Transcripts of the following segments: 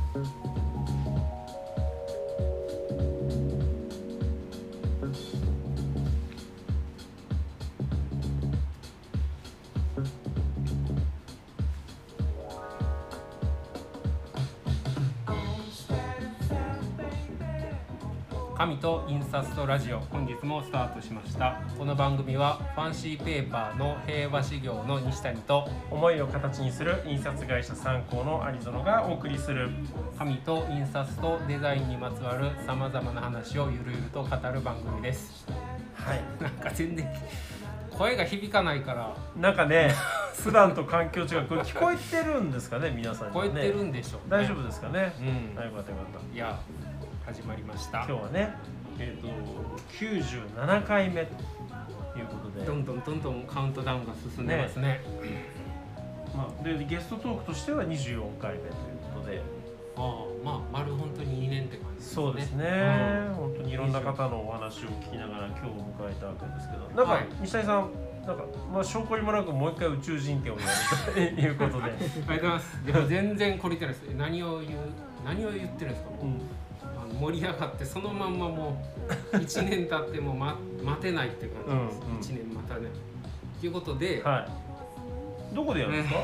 紙と印刷とラジオ、本日もスタートしました。この番組はファンシーペーパーの平和事業の西谷と思いを形にする印刷会社三幸の有園がお送りする紙と印刷とデザインにまつわるさまざまな話をゆるゆると語る番組です。 はい、 なんか全然声が響かないからなんかね普段と環境違う。これ聞こえてるんですかね、皆さんに、ね、 聞こえてるんでしょう、ね、 大丈夫ですかね。 うん、 よかったよかった。 いや始まりました。 今日はね、97回目ということで、 どんどんカウントダウンが進んでますね。 でゲストトークとしては24回目ということで、 丸本当に2年って感じですね。 そうですね、本当にいろんな方のお話を聞きながら今日を迎えたわけですけど、なんか、西谷さんなんか、証拠にもなくもう一回宇宙人権をやるということでありがとうございます。でも全然懲りてないです。何を言ってるんですか。盛り上がってそのまんまもう1年経っても、待てないって感じです。1年またねということで、 どこでやるんですか。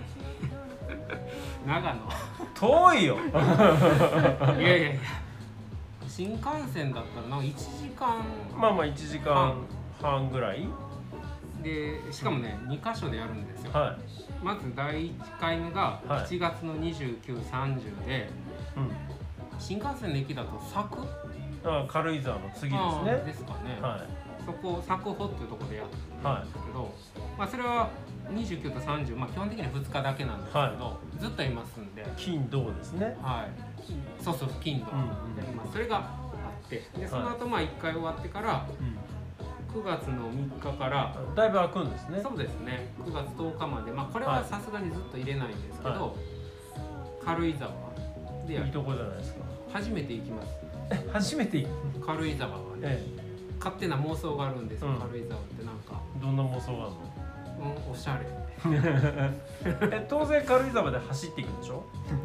長野。 遠いよいや新幹線だったら1時間 1時間半ぐらいで、しかもね2カ所でやるんですよ。まず第1回目が7月の29、30で、新幹線の駅だと佐久、 軽井沢の次ですね。 ですかね。そこ佐久穂っていうところでやってるんですけど、それは29と30、基本的には2日だけなんですけど、ずっといますんで、 金土ですね。 そう金土やります。それがあって、でその後1回終わってから、9月の3日からだいぶ空くんですね。 そうですね、9月10日まで、これはさすがにずっと入れないんですけど、軽井沢でやる。 いいとこじゃないですか。 初めて行きます。 初めて行く軽井沢はね、勝手な妄想があるんですよ。軽井沢ってなんかどんな妄想があるの。 おしゃれ当然軽井沢で走っていくんでしょ。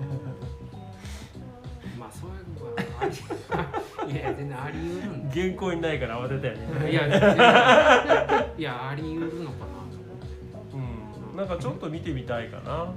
そういうのはいや全然あり得るんで。 原稿にないから慌てたよね。 いやあり得るのかな。なんかちょっと見てみたいかな。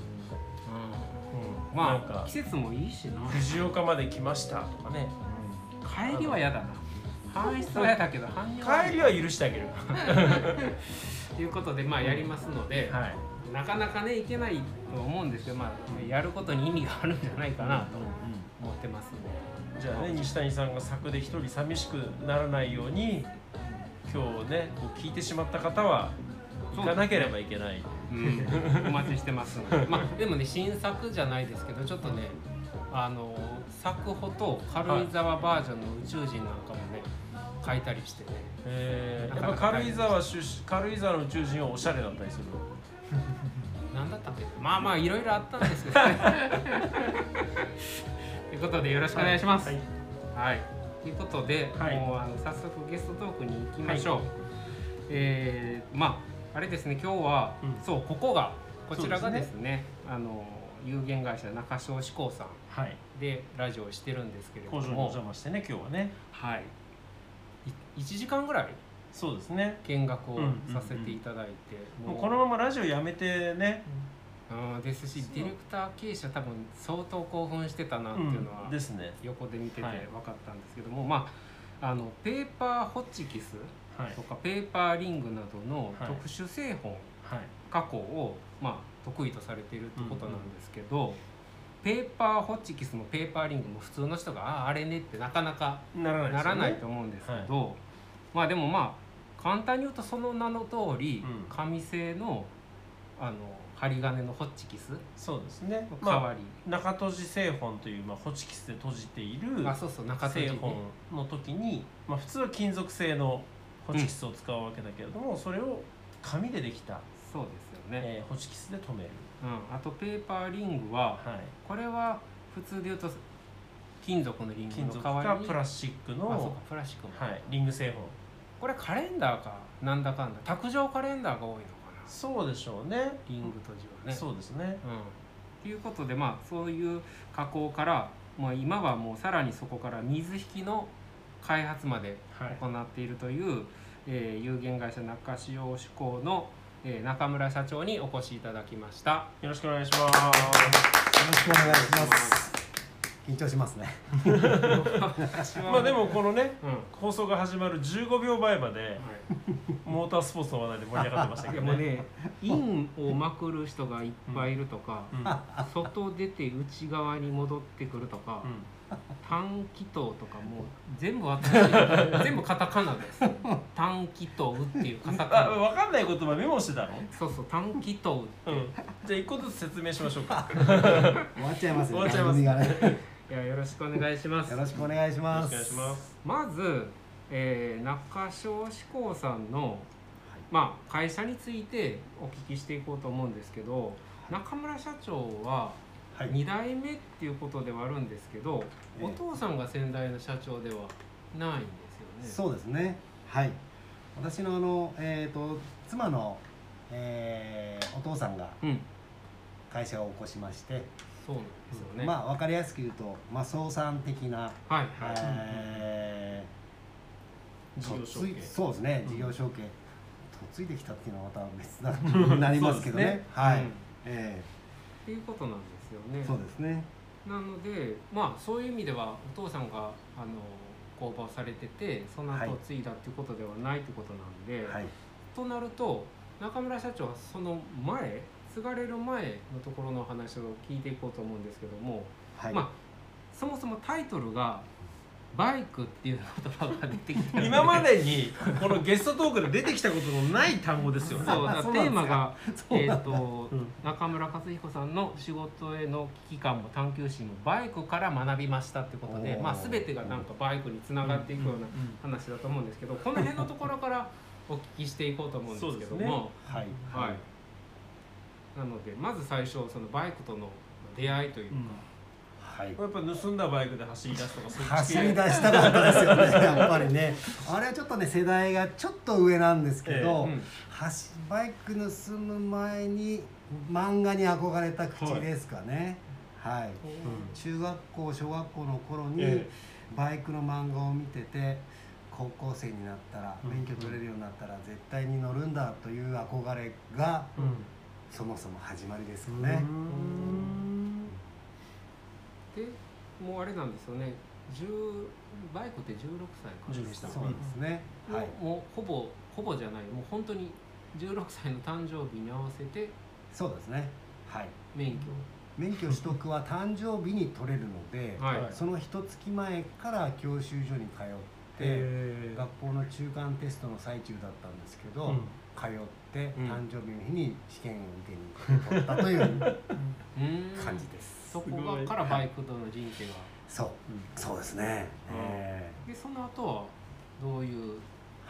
なんか季節もいいしな。 藤岡まで来ましたとかね。 帰りは嫌だな。搬出は嫌だけど帰りは許してあげるということでやりますので、なかなかね行けないと思うんですけど、やることに意味があるんじゃないかなと思ってますので、 じゃあね、西谷さんが作で一人寂しくならないように、今日ね聞いてしまった方は行かなければいけない。 お待ちしてますので、でもね新作じゃないですけど、ちょっとね作歩と軽井沢バージョンの宇宙人なんかもね書いたりしてね。 やっぱ軽井沢の宇宙人はおしゃれだったりするの。 なんだったっけ。いろいろあったんですけどねということでよろしくお願いします。ということで、もう早速ゲストトークに行きましょう。あれですね、今日は、こちらがですね、有限会社中小志向さんでラジオをしてるんですけれども、 工場にお邪魔してね、今日はね、 1時間ぐらいそうですね見学をさせていただいて、 もうこのままラジオやめてね、 ですし、ディレクター経営者多分相当興奮してたなっていうのはですね、 横で見てて分かったんですけども、ペーパーホッチキスとかペーパーリングなどの特殊製本加工を得意とされているってことなんですけど、ペーパーホッチキスもペーパーリングも普通の人があれねってなかなかならないと思うんですけど、でも簡単に言うとその名の通り、紙製の針金のホッチキス、 そうですね、 代わり中閉じ製本という、ホチキスで閉じている製本の時に、普通は金属製のホチキスを使うわけだけれども、それを紙でできた、 そうですよね、 ホチキスで留める。 あとペーパーリングは、これは普通で言うと金属のリングの代わりにプラスチックのプラスチックの、 リング製本。 これカレンダーかなんだかんだ卓上カレンダーが多いのかな。 そうでしょうね、 リングとじはね。 そうですね。 ということで、そういう加工から、今はもうさらにそこから水引の開発まで行っているという、有限会社中潮志向の、中村社長にお越しいただきました。 よろしくお願いします。 よろしくお願いします。緊張しますね。 でもこのね、放送が始まる15秒前まで、モータースポーツの話題で盛り上がってましたけどね。 インをまくる人がいっぱいいるとか、外出て内側に戻ってくるとか、短気筒とかも全部全部カタカナです。短気筒っていうカタカナ。 分かんない言葉メモしてたの？ そうそう、短気筒って。 じゃあ一個ずつ説明しましょうか。 終わっちゃいますね。 終わっちゃいますね。 いや、よろしくお願いします。 よろしくお願いします。 まず、中潮志向さんの、会社についてお聞きしていこうと思うんですけど、中村社長は2代目っていうことではあるんですけど、お父さんが先代の社長ではないんですよね。そうですね。はい。私の妻の、お父さんが会社を起こしまして。 そうなんですよね。 分かりやすく言うと、相産的な、 事業承継。 そうですね、事業承継。嫁いできたっていうのはまた別なになりますけどね。はい。 っていうことなんですよね。 そうですね。 なので、そういう意味ではお父さんが工場をされてて、その後継いだっていうことではないってことなんで、となると中村社長はその前、継がれる前のところの話を聞いていこうと思うんですけども、そもそもタイトルがバイクっていう言葉が出てきた今までにこのゲストトークで出てきたことのない単語ですよね。 そうだ、テーマが中村克彦さんの仕事への危機感も探求心もバイクから学びましたってことで、全てがなんかバイクにつながっていくような話だと思うんですけど、この辺のところからお聞きしていこうと思うんですけども、なのでまず最初そのバイクとの出会いというか、 やっぱ盗んだバイクで走り出すとか、そっち走り出したかったですよね。やっぱりね、あれはちょっとね、世代がちょっと上なんですけど、バイク盗む前に漫画に憧れた口ですかね。中学校小学校の頃にバイクの漫画を見てて、高校生になったら免許取れるようになったら絶対に乗るんだという憧れがそもそも始まりですよね。 でもうあれなんですよね、バイクって16歳からでした。 そうですね。 もうほぼじゃない、もう本当に16歳の誕生日に合わせて。 そうですね。 免許取得は誕生日に取れるので、その1月前から教習所に通って学校の中間テストの最中だったんですけど、通って誕生日の日に試験を受けに取ったという感じです。 そこからバイクとの人生が。 そうですね。 でその後はどういう。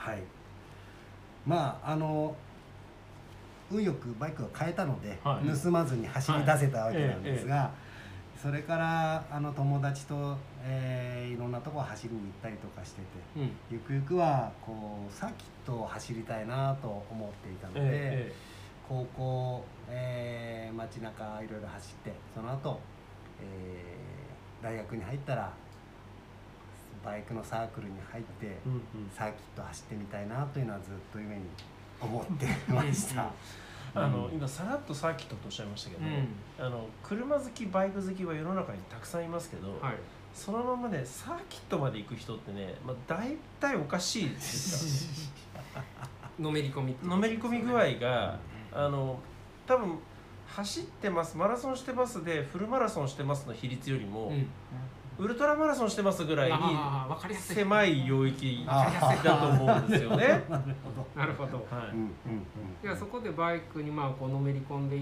運よくバイクを買えたので、盗まずに走り出せたわけなんですが、それから友達と、いろんなとこ走りに行ったりとかしてて、ゆくゆくはこうサーキットを走りたいなと思っていたので、高校、街中いろいろ走って、その後、大学に入ったらバイクのサークルに入って、サーキット走ってみたいなというのはずっと夢に思ってました。 今さらっとサーキットとおっしゃいましたけど、車好きバイク好きは世の中にたくさんいますけど、そのままねサーキットまで行く人ってね、大体おかしいですよ。のめり込み具合が多分走ってます、マラソンしてますでフルマラソンしてますの比率よりも、ウルトラマラソンしてますぐらいに狭い領域だと思うんですよね。 なるほど。ではそこでバイクにこうのめり込んでいって、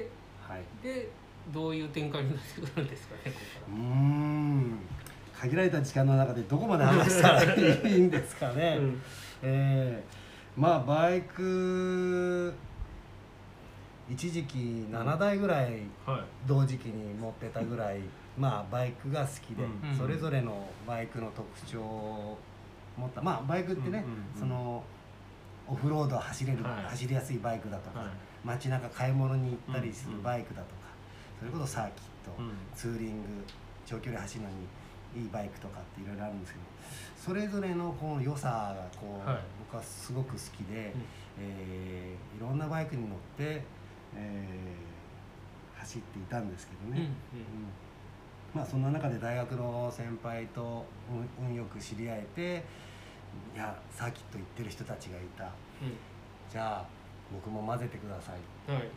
でどういう展開になってくるんですかね、ここから。限られた時間の中でどこまで話したらいいんですかね。バイク一時期7台ぐらい同時期に持ってたぐらい、バイクが好きで、それぞれのバイクの特徴を持った、バイクってね、そのオフロード走りやすいバイクだとか、街中買い物に行ったりするバイクだとか、 それこそサーキット、ツーリング、長距離走るのにいいバイクとかっていろいろあるんですけど、それぞれのこの良さがこう、僕はすごく好きで、いろんなバイクに乗って、走っていたんですけどね、まあそんな中で大学の先輩と運よく知り合えて、いやサーキット行ってる人たちがいた、じゃあ僕も混ぜてくださいってなって、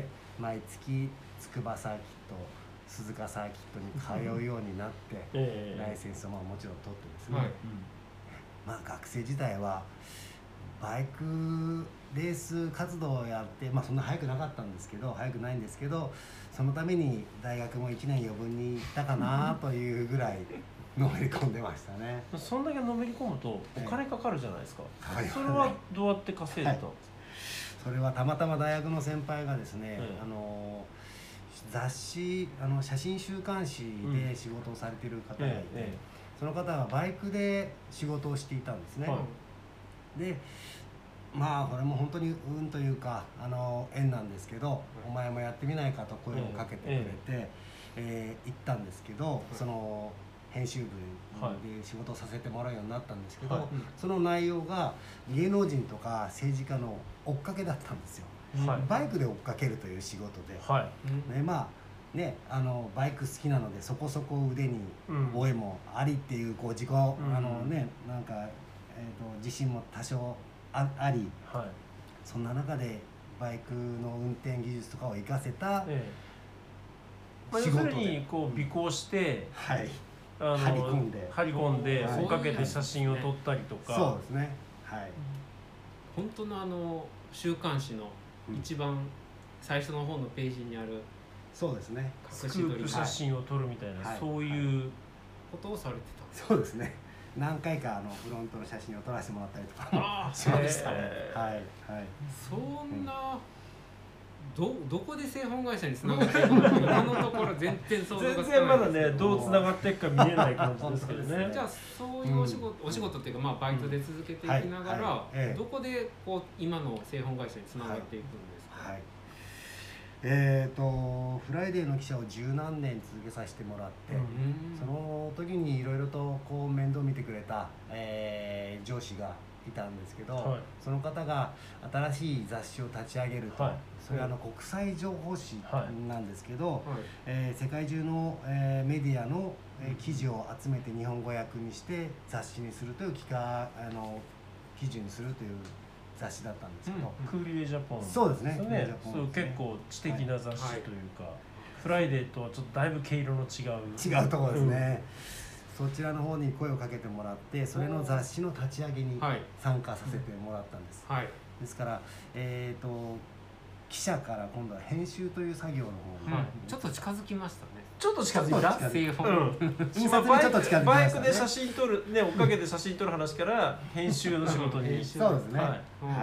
毎月筑波サーキット、鈴鹿サーキットに通うようになって、ライセンスももちろん取ってですね、まあ学生時代はバイクレース活動をやって、まあそんな早くないんですけど、そのために大学も1年余分に行ったかなというぐらいのめり込んでましたね。 そんだけのめり込むとお金かかるじゃないですか。それはどうやって稼いでたんですか？ それはたまたま大学の先輩がですね、雑誌、写真週刊誌で仕事をされている方がいて、その方はバイクで仕事をしていたんですね。でまあこれも本当に運というか縁なんですけど、お前もやってみないかと声をかけてくれて、行ったんですけど、その編集部で仕事をさせてもらうようになったんですけど、その内容が芸能人とか政治家の追っかけだったんですよ。バイクで追っかけるという仕事で、まあね、バイク好きなのでそこそこ腕に覚えもありっていう、こう自己ね、なんか自信も多少あり、そんな中でバイクの運転技術とかを活かせた仕事で、要するにこう尾行して、張り込んで追っかけて写真を撮ったりとか、 そうですね、 本当の週刊誌の一番最初の方のページにある、 そうですね、 スクープ写真を撮るみたいな、そういうことをされてた。 そうですね、何回かフロントの写真を撮らせてもらったりとかしましたね。 そんなどこで製本会社につながっていくのか今のところ全然想像がつかない。 全然まだね、どうつながっていくか見えない感じですけどね。 じゃあそういうお仕事っていうか、まあバイトで続けていきながら、どこでこう今の製本会社につながっていくんですか？ フライデーの記者を十何年続けさせてもらって、その時にいろいろとこう面倒見てくれた、上司がいたんですけど、その方が新しい雑誌を立ち上げると、それは国際情報誌なんですけど、世界中の、メディアの、記事を集めて日本語訳にして雑誌にするという記事にするという雑誌だったんですけど、 クーリエジャポン、 そうですね、 そう結構知的な雑誌というか、フライデーとはちょっとだいぶ毛色の違うところですね。そちらの方に声をかけてもらって、それの雑誌の立ち上げに参加させてもらったんです。ですから、記者から今度は編集という作業の方に、 ちょっと近づきましたね。 ちょっと近づいた。 製本。 印刷にちょっと近づきましたね。 バイクで写真撮るね、追っかけて写真撮る話から編集の仕事に。 そうですね。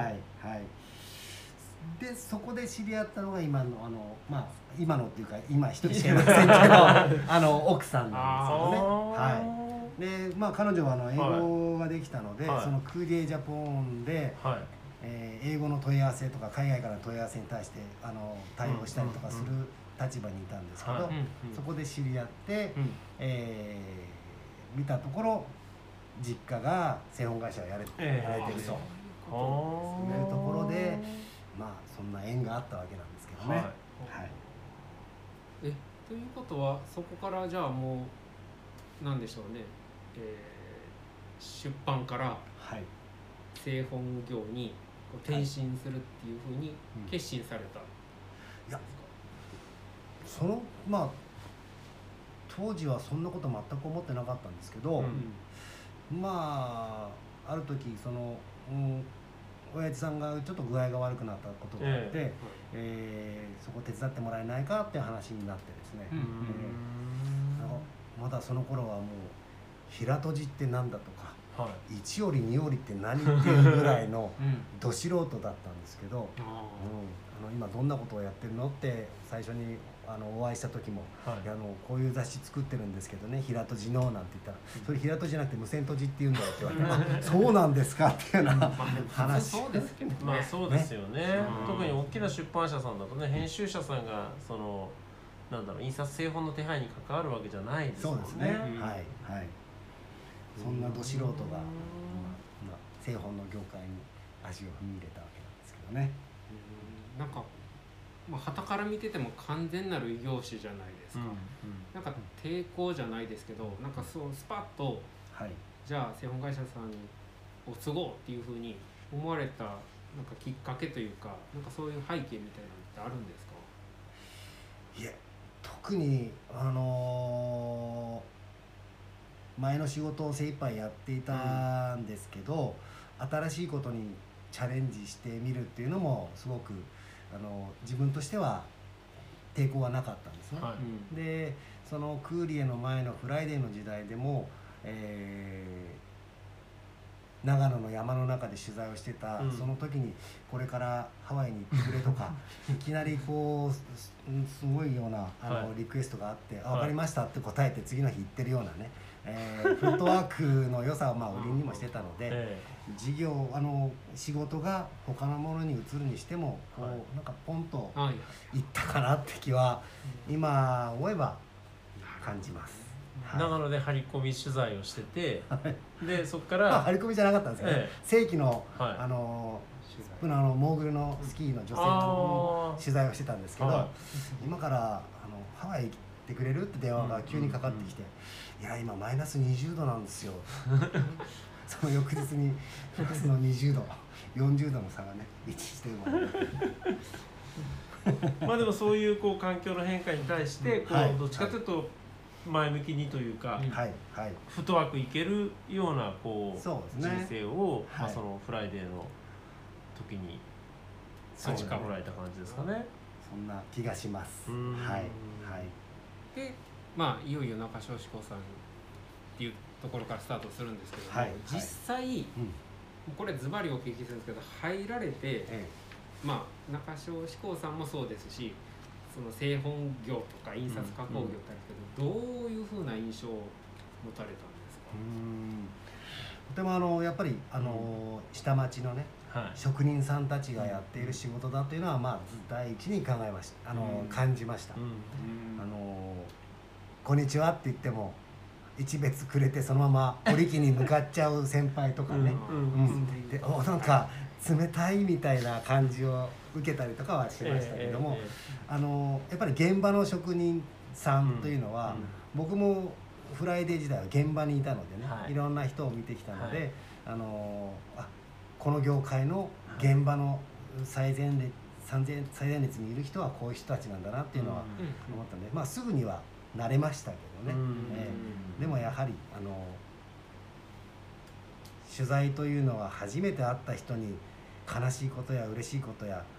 でそこで知り合ったのが今のまあ今のっていうか今一人しかいませんけど奥さんなんですよね。でまあ彼女は英語ができたので、そのクーリエジャポンで、英語の問い合わせとか海外からの問い合わせに対して対応したりとかする立場にいたんですけど、そこで知り合って、見たところ実家が製本会社をやられてるというところで、まあそんな縁があったわけなんですけどね。 ということはそこからじゃあもうなんでしょうね、出版から製本業に転身するっていうふうに決心された。 いやまあ当時はそんなこと全く思ってなかったんですけど、まあある時親父さんがちょっと具合が悪くなったことがあって、そこ手伝ってもらえないかっていう話になってですね、まだその頃はもう平戸寺ってなんだとか、1折2折って何っていうぐらいのど素人だったんですけど、今どんなことをやってるのって最初にお会いした時も、こういう雑誌作ってるんですけどね、平戸寺のなんて言ったら、それ平戸じゃなくて無線戸寺って言うんだよって言われて、そうなんですかっていうような話。 そうですけどね。 まあそうですよね。特に大きな出版社さんだとね、編集者さんがなんだろう、印刷製本の手配に関わるわけじゃないですもんね。 そうですね、はいはい。そんなど素人が製本の業界に足を踏み入れたわけなんですけどね。 なんか傍から見てても完全なる異業種じゃないですか、なんか抵抗じゃないですけど、なんかそうスパッと、はい、じゃあ製本会社さんを継ごうっていうふうに思われたなんかきっかけというか、なんかそういう背景みたいなのってあるんですか？ いえ、特に前の仕事を精一杯やっていたんですけど、新しいことにチャレンジしてみるっていうのもすごく自分としては抵抗はなかったんですね、はい、でそのクーリエの前のフライデーの時代でも、長野の山の中で取材をしてた、その時にこれからハワイに行ってくれとかいきなりこうすごいようなリクエストがあって、分かりましたって答えて次の日行ってるようなね、フットワークの良さを売りにもしてたので、事業仕事が他のものに移るにしてもこうなんかポンといったかなって気は今思えば感じます。 長野で張り込み取材をしてて、でそこから張り込みじゃなかったんですけど、正規のモーグルのスキーの女性の取材をしてたんですけど、今からハワイ行ってくれるって電話が急にかかってきて、いや今マイナス20度なんですよその翌日にプラスの20度40度の差がね一致してるまあでもそういう環境の変化に対してどっちかというと前向きにというか、フットワークいけるような人生を、そのフライデーの時に立ちかもらえた感じですかね。 そんな気がします。はいはい。 でいよいよ中庄志功さんっていうところからスタートするんですけども、実際、これズバリお聞きするんですけど、入られて、中庄志功さんもそうですし、その製本業とか印刷加工業ってあるけど、どういうふうな印象を持たれたんですか？ とてもやっぱり下町のね、職人さんたちがやっている仕事だというのは第一に感じました。こんにちはって言っても一別くれてそのまま織機に向かっちゃう先輩とかね、でなんか冷たいみたいな感じを受けたりとかはしましたけども、やっぱり現場の職人さんというのは、僕もフライデー時代は現場にいたのでね、いろんな人を見てきたので、この業界の現場の最前列にいる人はこういう人たちなんだなっていうのは思ったので、すぐには慣れましたけどね、でもやはり取材というのは初めて会った人に悲しいことや嬉しいことや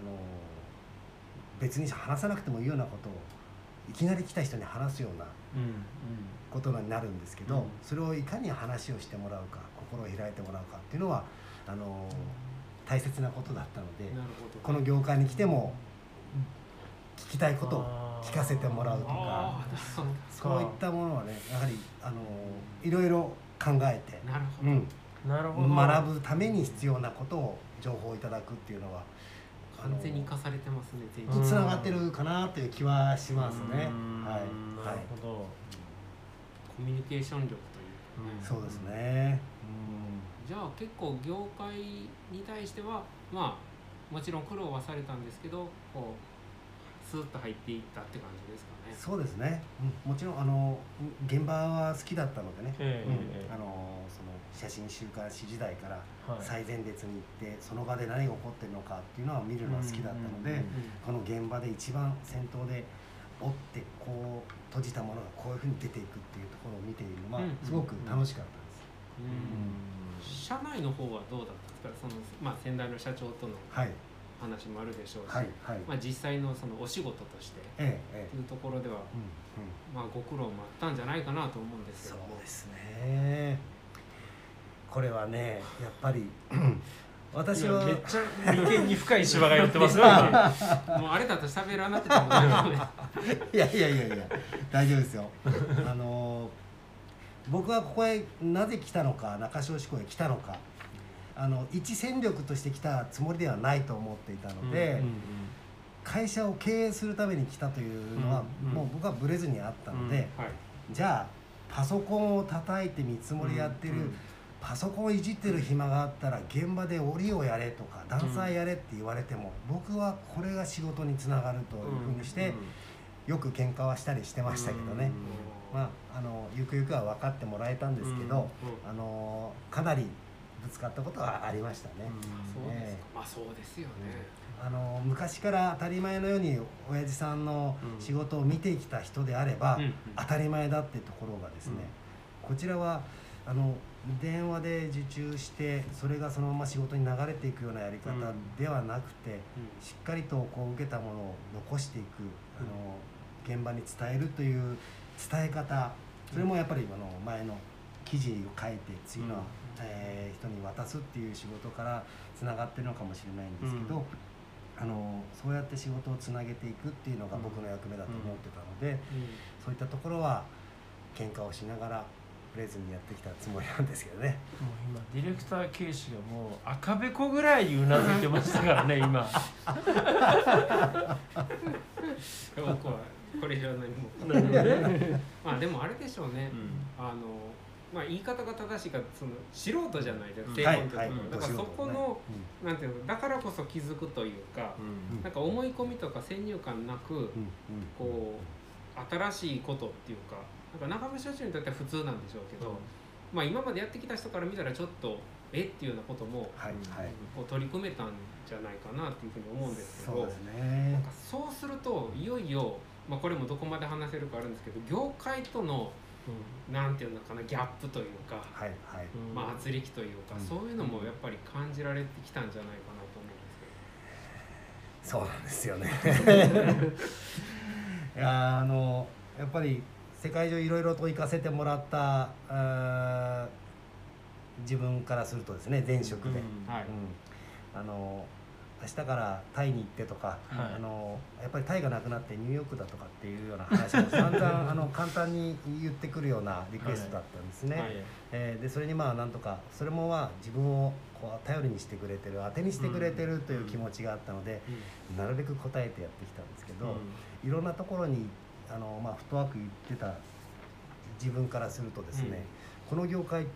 別に話さなくてもいいようなことをいきなり来た人に話すようなことになるんですけど、それをいかに話をしてもらうか、心を開いてもらうかっていうのは大切なことだったので、この業界に来ても聞きたいことを聞かせてもらうとか、そういったものはね、やはりいろいろ考えて学ぶために必要なことを情報をいただくっていうのは完全に生かされてますね。 つながってるかなという気はしますね。はい、なるほど。コミュニケーション力というか、そうですね。 じゃあ結構業界に対してはもちろん苦労はされたんですけど、スーッと入っていったって感じですかね。 そうですね、もちろん現場は好きだったのでね、その写真週刊誌時代から最前列に行ってその場で何が起こってるのかっていうのは見るのは好きだったので、この現場で一番先頭で折って閉じたものがこういうふうに出ていくっていうところを見ているのはすごく楽しかったです。社内の方はどうだったんですか？その先代の社長との話もあるでしょうし、実際のそのお仕事としてというところでは、ご苦労もあったんじゃないかなと思うんですけども。 そうですね。これはね、やっぱり私はめっちゃ眉間に深いシワが寄ってますね。 もうあれだと喋らなくてもいや大丈夫ですよ。僕はここへなぜ来たのか、中庄志功へ来たのか、一戦力として来たつもりではないと思っていたので、 会社を経営するために来たというのは、もう僕はブレずにあったので、じゃあパソコンを叩いて見積もりやってる、パソコンをいじってる暇があったら現場で折りをやれとか段差やれって言われても、僕はこれが仕事につながるというふうにしてよく喧嘩はしたりしてましたけどね。ゆくゆくは分かってもらえたんですけど、かなりぶつかったことはありましたね。 そうですか。まあそうですよね。 昔から当たり前のように親父さんの仕事を見てきた人であれば当たり前だってところがですね、こちらは電話で受注してそれがそのまま仕事に流れていくようなやり方ではなくて、しっかりとこう受けたものを残していく、現場に伝えるという伝え方、それもやっぱり前の記事を書いて次の人に渡すっていう仕事からつながってるのかもしれないんですけど、そうやって仕事をつなげていくっていうのが僕の役目だと思ってたので、そういったところは喧嘩をしながらブレずにやってきたつもりなんですけどね。 もう今ディレクター警視がもう赤べこぐらいにうなずいてましたからね今。 僕はこれ以上何もまあでもあれでしょうね、まあ言い方が正しいか、その素人じゃないですか、正論というところ、だからそこの、なんていうの、だからこそ気づくというか、なんか思い込みとか先入観なく、こう新しいことっていうか、なんか中村社長にとっては普通なんでしょうけど、まあ今までやってきた人から見たらちょっとっていうようなこともこう取り組めたんじゃないかなっていうふうに思うんですけど、なんかそうするといよいよ、まあこれもどこまで話せるかあるんですけど、業界とのなんていうのかな、ギャップというか、まあ圧力というか、そういうのもやっぱり感じられてきたんじゃないかなと思うんですけど。 そうなんですよね。いややっぱり世界中いろいろと行かせてもらった自分からするとですね、前職で、明日からタイに行ってとか、やっぱりタイがなくなってニューヨークだとかっていうような話を散々簡単に言ってくるようなリクエストだったんですね。でそれにまあなんとかそれも自分をこう頼りにしてくれてる、当てにしてくれてるという気持ちがあったので、なるべく答えてやってきたんですけど、いろんなところにフットワーク言ってた自分からするとですね、この業界って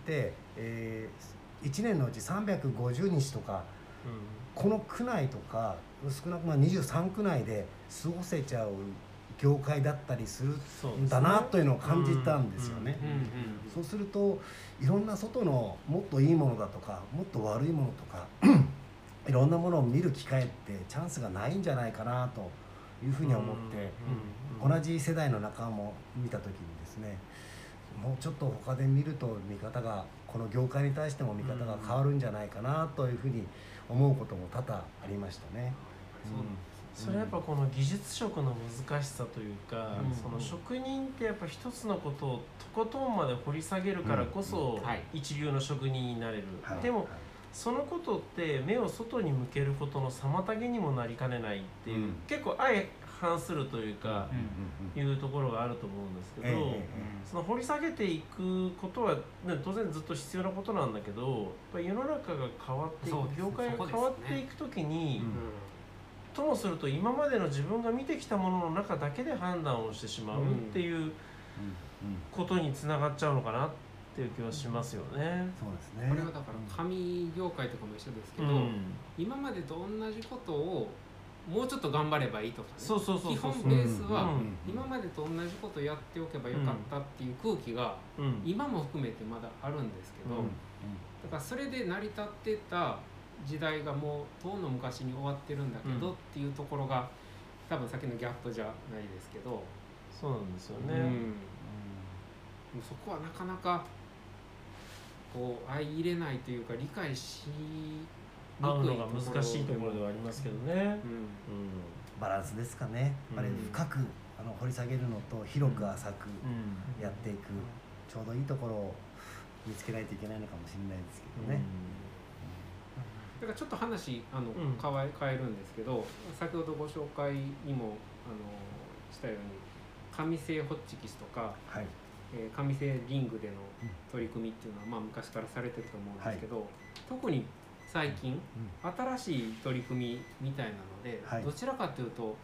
、1年のうち350日とか、この区内とか少なくとも23区内で過ごせちゃう業界だったりするんだなというのを感じたんですよね。そうするといろんな外のもっといいものだとかもっと悪いものとかいろんなものを見る機会ってチャンスがないんじゃないかなというふうに思って、同じ世代の仲間も見た時にですね、もうちょっと他で見ると見方が、この業界に対しても見方が変わるんじゃないかなというふうに思うことも多々ありましたね。 それはやっぱこの技術職の難しさというか、その職人ってやっぱ一つのことをとことんまで掘り下げるからこそ一流の職人になれる。でもそのことって目を外に向けることの妨げにもなりかねないっていう、結構相反するというか、いうところがあると思うんですけど、その掘り下げていくことは、当然ずっと必要なことなんだけど、やっぱり世の中が変わっていく、業界が変わっていくときに、ともすると今までの自分が見てきたものの中だけで判断をしてしまうっていうことにつながっちゃうのかなっていう気はしますよね。 そうですね。 これはだから紙業界とかも一緒ですけど、今までと同じことをもうちょっと頑張ればいいとかね、基本ベースは今までと同じことをやっておけばよかったっていう空気が今も含めてまだあるんですけど、だからそれで成り立ってた時代がもう遠の昔に終わってるんだけどっていうところが多分さっきのギャップじゃないですけど、 そうなんですよね。 そこはなかなかこう相入れないというか理解しにくい合うのが難しいところではありますけどね。 バランスですかね。やっぱり深く掘り下げるのと広く浅くやっていく、ちょうどいいところを見つけないといけないのかもしれないですけどね。 だからちょっと話変えるんですけど、先ほどご紹介にもしたように紙製ホッチキスとか、紙製リングでの取り組みっていうのは昔からされてると思うんですけど、特に最近、新しい取り組みみたいなので、どちらかというと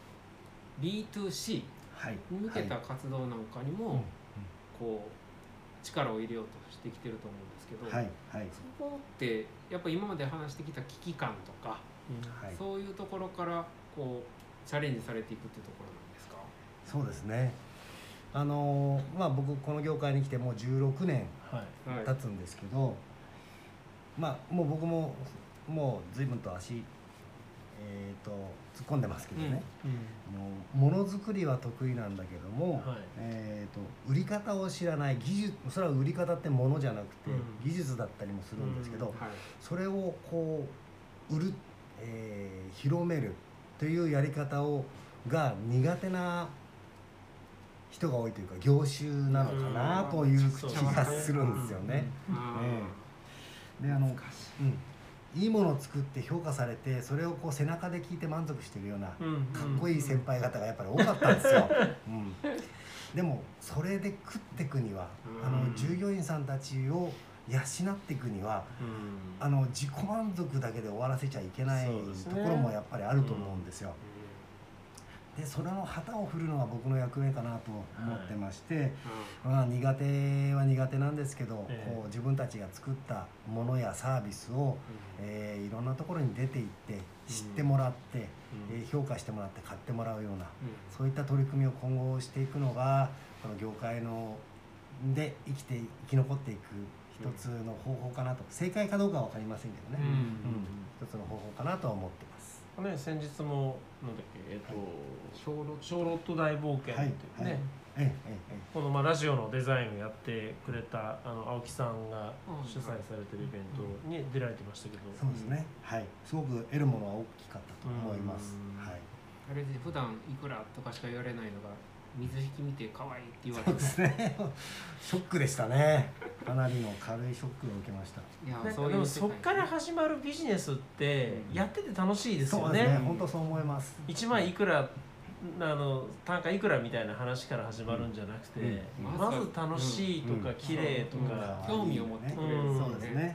B2C に向けた活動なんかにもこう力を入れようとしてきてると思うんですけど、そこってやっぱり今まで話してきた危機感とか、そういうところからこうチャレンジされていくっていうところなんですか？ そうですね。僕この業界に来てもう16年経つんですけど、もう僕ももう随分と足突っ込んでますけどね、ものづくりは得意なんだけども、売り方を知らない技術、それは売り方ってものじゃなくて技術だったりもするんですけど、それをこう売る、広めるというやり方が苦手な人が多いというか業種なのかなという気がするんですよね。でいいものを作って評価されて、それをこう背中で聞いて満足してるようなかっこいい先輩方がやっぱり多かったんですよ。でもそれで食っていくには、従業員さんたちを養っていくには、自己満足だけで終わらせちゃいけないところもやっぱりあると思うんですよ。でそれの旗を振るのが僕の役目かなと思ってまして、苦手は苦手なんですけど、こう自分たちが作ったものやサービスを、いろんなところに出ていって知ってもらって、評価してもらって買ってもらうような、そういった取り組みを今後していくのがこの業界で生き残っていく一つの方法かなと。正解かどうかは分かりませんけどね、一つの方法かなとは思ってます。 先日もなんだっけ、ショーロット大冒険っていうね、このラジオのデザインをやってくれた青木さんが主催されてるイベントに出られてましたけど、 そうですね、すごく得るものは大きかったと思います。 あれで普段いくらとかしか言われないのが水引き見て可愛いって言われて、 そうですねショックでしたね。かなりの軽いショックを受けました。 でもそっから始まるビジネスってやってて楽しいですよね。 そうですね、本当そう思います。 1万いくら単価いくらみたいな話から始まるんじゃなくて、まず楽しいとか綺麗とか興味を持ってくれる。 そうですね、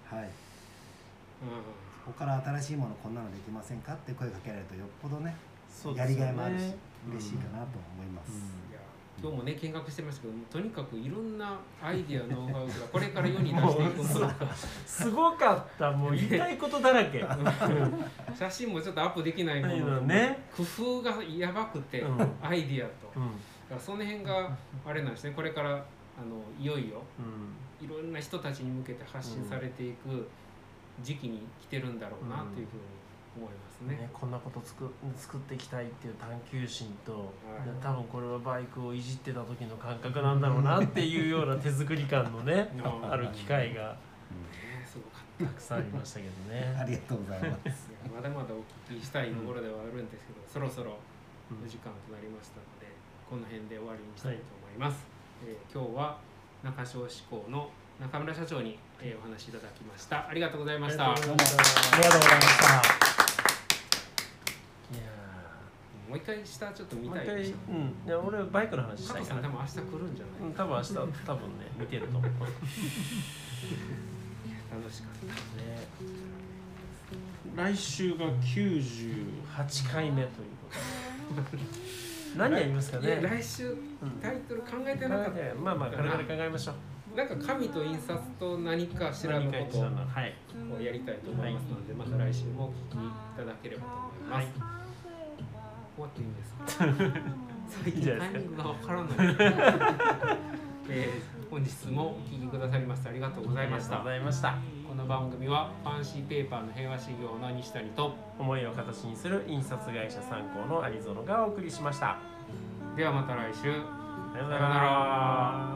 そこから新しいものこんなのできませんかって声かけられるとよっぽどねやりがいもあるし嬉しいかなと思います。 今日もね見学してましたけど、とにかくいろんなアイディアノウハウがこれから世に出していくものがすごかった。もう言いたいことだらけ写真もちょっとアップできないものね、 工夫がやばくて、アイディアと、だからその辺があれなんですね。これからいよいよいろんな人たちに向けて発信されていく時期に来てるんだろうなというふうに思いますね。 こんなこと作っていきたいっていう探求心と、多分これはバイクをいじってた時の感覚なんだろうなっていうような手作り感のねある機会がたくさんありましたけどね。 ありがとうございます。 まだまだお聞きしたいところではあるんですけど、そろそろお時間となりましたので、この辺で終わりにしたいと思います。今日は中小志向の中村社長にお話しいただきました。ありがとうございました。 どうもありがとうございました。 もう一回下ちょっと見たいでしょ。 いや俺バイクの話したいから。 多分明日来るんじゃない？ 多分明日ね見てると思う。楽しかったね。来週が98回目ということで。何やりますかね。 来週タイトル考えてなかった。 まあ軽々考えましょう。 なんか紙と印刷と何かしらのことをやりたいと思いますので、また来週もお聞きいただければと思います。終わっていいんですか？最近タイミングがわからない。本日もお聞きくださりましてありがとうございました。この番組はファンシーペーパーの平和修行の西谷と思いを形にする印刷会社参考の有園がお送りしました。 ではまた来週。 さようなら。